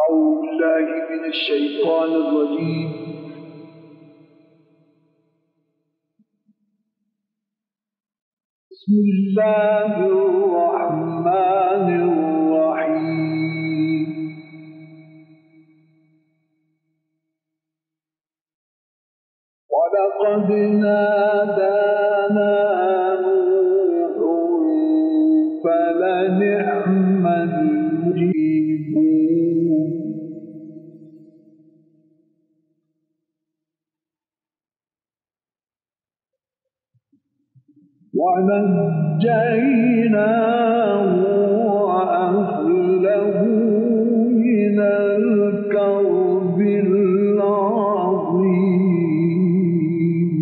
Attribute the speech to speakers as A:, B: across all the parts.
A: أعوذ بالله من الشيطان الرجيم. بسم الله الرحمن الرحيم. ولقد نادانا نوح فلنعم المجيبون. ونجيناه وأهله من الكرب العظيم.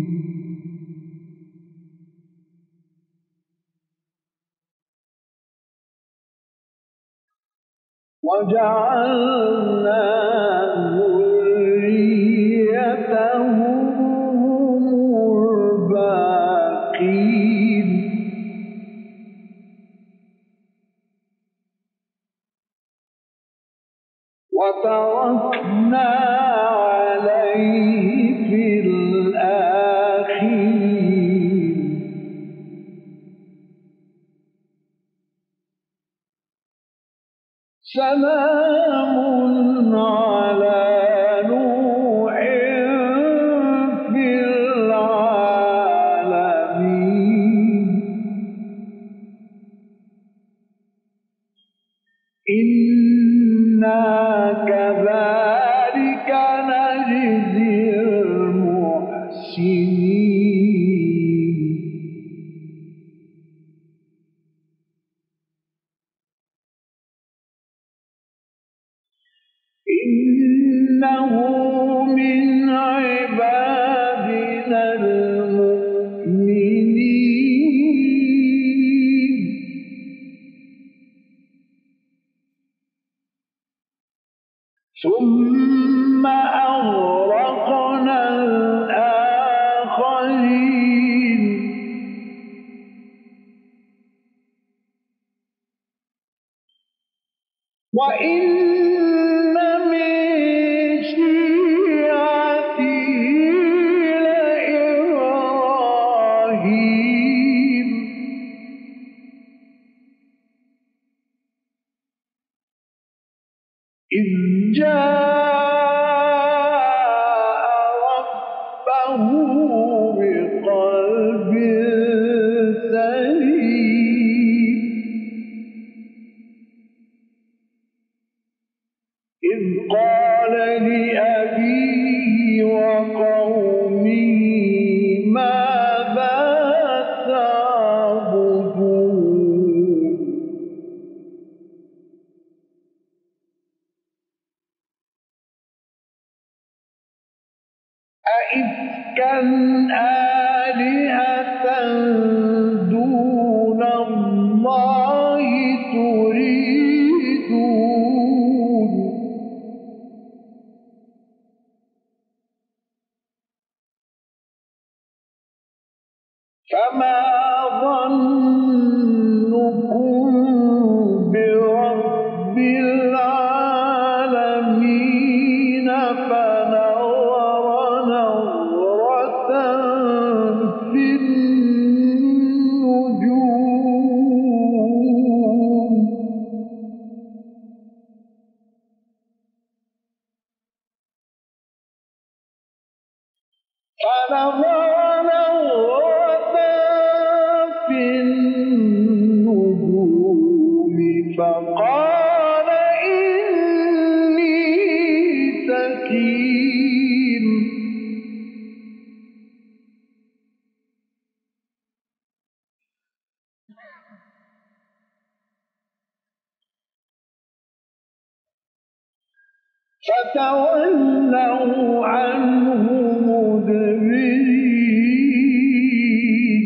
A: وجعلنا ذريته هم الباقين. وتركنا عليه في الآخرين. سلام على نوح في العالمين. إنا كذلك نجزي المحسنين. إنه من عبادنا المؤمنين. ثم أغرقنا الآخرين. وإن من شيعته لإبراهيم. إذ جاء ربه بقلب سليم. إذ قال لأبيه وقومه ماذا تعبدون. أئفكا آلهة دون الله تريدون. فما ظنكم برب العالمين. فنظر نظرة في النجوم. فقال إني سقيم. فتولوا عنه مدبرين.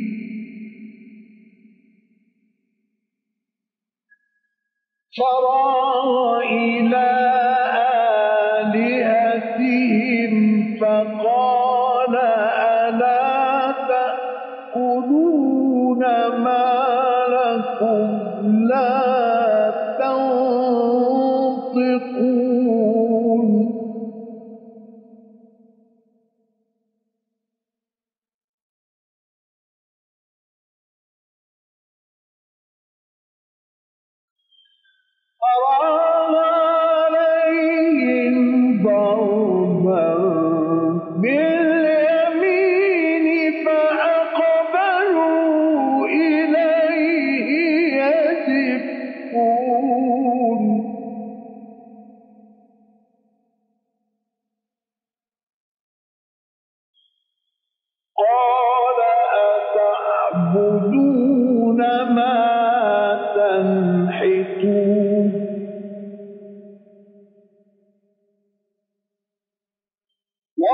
A: فراغ إلى آلهتهم فقال ألا تأكلون ما لكم لا تنطقون.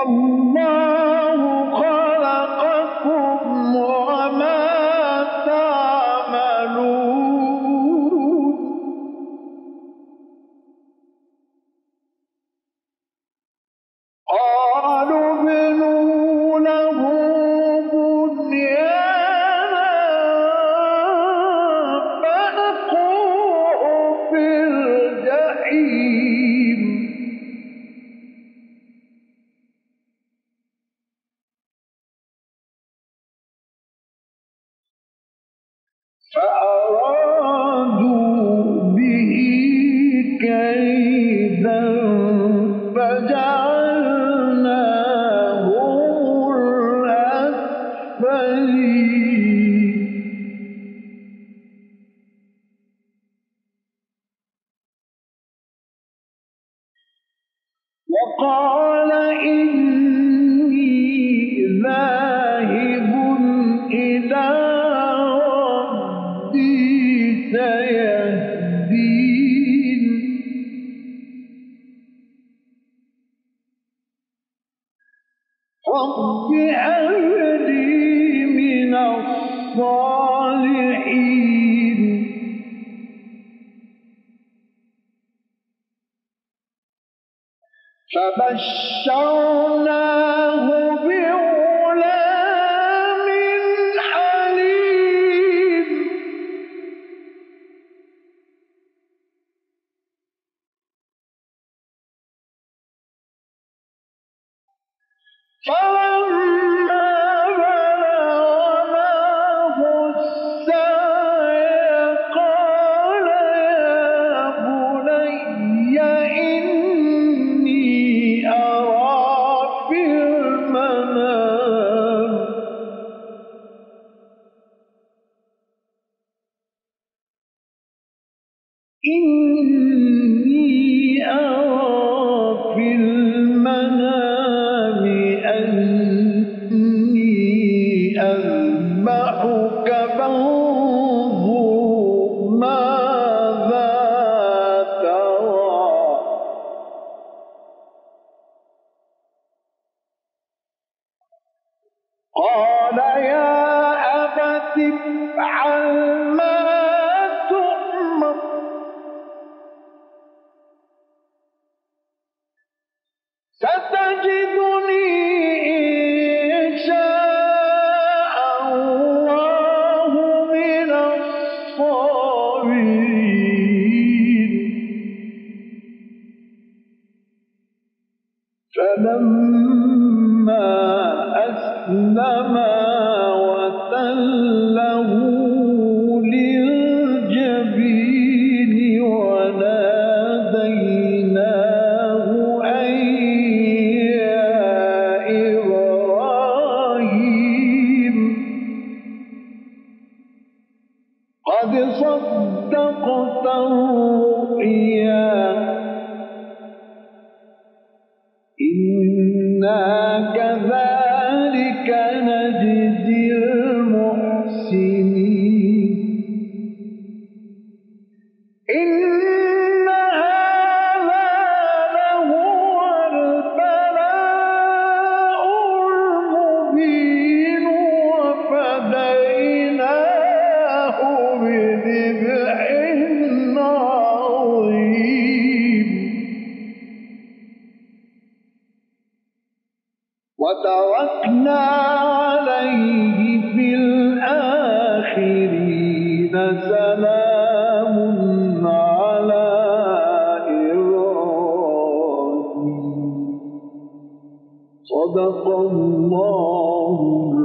A: والله خلقكم وما تعملون قالوا ابنوا له بنيانا فألقوه في الجحيم فأرادوا به كيدا فجعلناهم الأسفلين وقال إني ذاهب إلى ربي سيهدين رب هب لي من الصالحين فبشرناه بغلام حليم فلما بلغ معه السعي قال يا بني إني أرى في المنام أني أذبحك فانظر ماذا ترى قال يا أبت افعل ما تؤمر ستجدني إن شاء الله من الصابرين فلما أسلما وتله للجبين وناديناه أن يا إبراهيم قد صدقت الرؤيا إنا كذلك نجزي المحسنين إن هذا لهو البلاء المبين وفديناه بذبح عظيم وتركنا عليه في الآخرين سلام على إبراهيم صدق الله